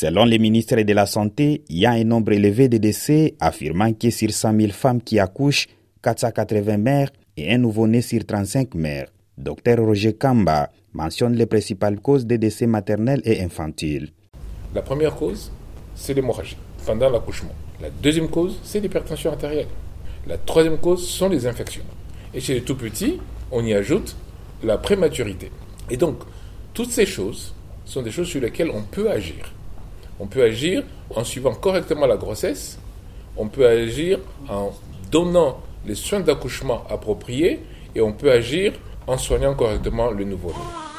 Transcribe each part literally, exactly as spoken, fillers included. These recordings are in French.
Selon le ministère de la Santé, il y a un nombre élevé de décès, affirmant que sur cent mille femmes qui accouchent, quatre cent quatre-vingts mères et un nouveau-né sur trente-cinq mères. Docteur Roger Kamba mentionne les principales causes des décès maternels et infantiles. La première cause, c'est l'hémorragie pendant l'accouchement. La deuxième cause, c'est l'hypertension artérielle. La troisième cause sont les infections. Et chez les tout petits, on y ajoute la prématurité. Et donc, toutes ces choses sont des choses sur lesquelles on peut agir. On peut agir en suivant correctement la grossesse, on peut agir en donnant les soins d'accouchement appropriés et on peut agir en soignant correctement le nouveau-né.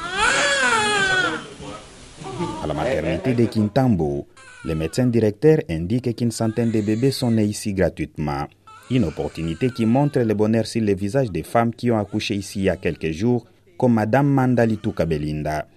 À la maternité de Kintambo, les médecins directeurs indiquent qu'une centaine de bébés sont nés ici gratuitement. Une opportunité qui montre le bonheur sur les visages des femmes qui ont accouché ici il y a quelques jours, comme Madame Mandalitou Kabelinda.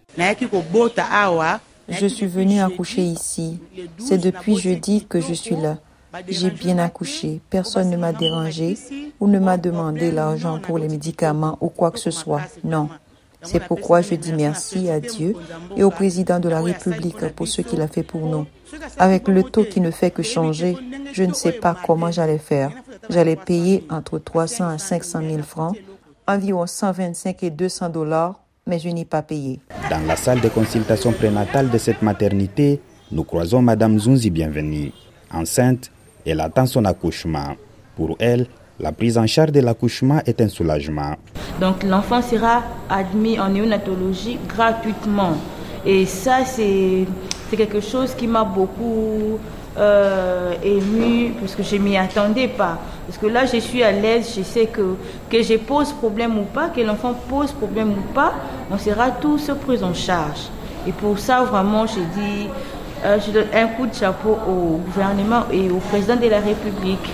Je suis venue accoucher ici. C'est depuis jeudi que je suis là. J'ai bien accouché. Personne ne m'a dérangé ou ne m'a demandé l'argent pour les médicaments ou quoi que ce soit. Non. C'est pourquoi je dis merci à Dieu et au président de la République pour ce qu'il a fait pour nous. Avec le taux qui ne fait que changer, je ne sais pas comment j'allais faire. J'allais payer entre trois cents à cinq cent mille francs, environ cent vingt-cinq et deux cents dollars, mais je n'ai pas payé. Dans la salle de consultation prénatale de cette maternité, nous croisons Madame Zunzi Bienvenue. Enceinte, elle attend son accouchement. Pour elle, la prise en charge de l'accouchement est un soulagement. Donc l'enfant sera admis en néonatologie gratuitement. Et ça, c'est, c'est quelque chose qui m'a beaucoup euh, émue, parce que je ne m'y attendais pas. Parce que là, je suis à l'aise, je sais que, que je pose problème ou pas, que l'enfant pose problème ou pas, on sera tous pris en charge. Et pour ça, vraiment, je dis, euh, je donne un coup de chapeau au gouvernement et au président de la République.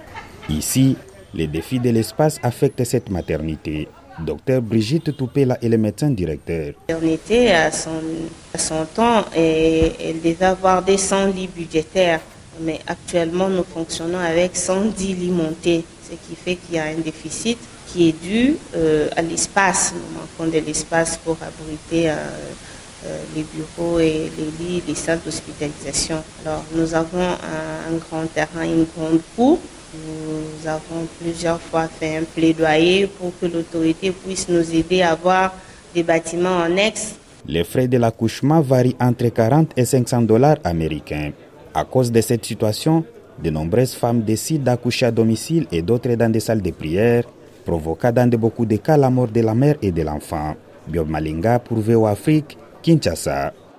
Ici, les défis de l'espace affectent cette maternité. Docteur Brigitte Toupela est le médecin directeur. La maternité, à son, à son temps, et, elle devait avoir des cent lits budgétaires. Mais actuellement, nous fonctionnons avec cent dix lits montés, ce qui fait qu'il y a un déficit qui est dû euh, à l'espace. Nous manquons de l'espace pour abriter euh, euh, les bureaux et les lits, les salles d'hospitalisation. Alors, nous avons un, un grand terrain, une grande cour. Nous avons plusieurs fois fait un plaidoyer pour que l'autorité puisse nous aider à avoir des bâtiments annexes. Les frais de l'accouchement varient entre quarante et cinq cents dollars américains. À cause de cette situation, de nombreuses femmes décident d'accoucher à domicile et d'autres dans des salles de prière, provoquant dans de beaucoup de cas la mort de la mère et de l'enfant. Biob Malinga pour V O Afrique, Kinshasa.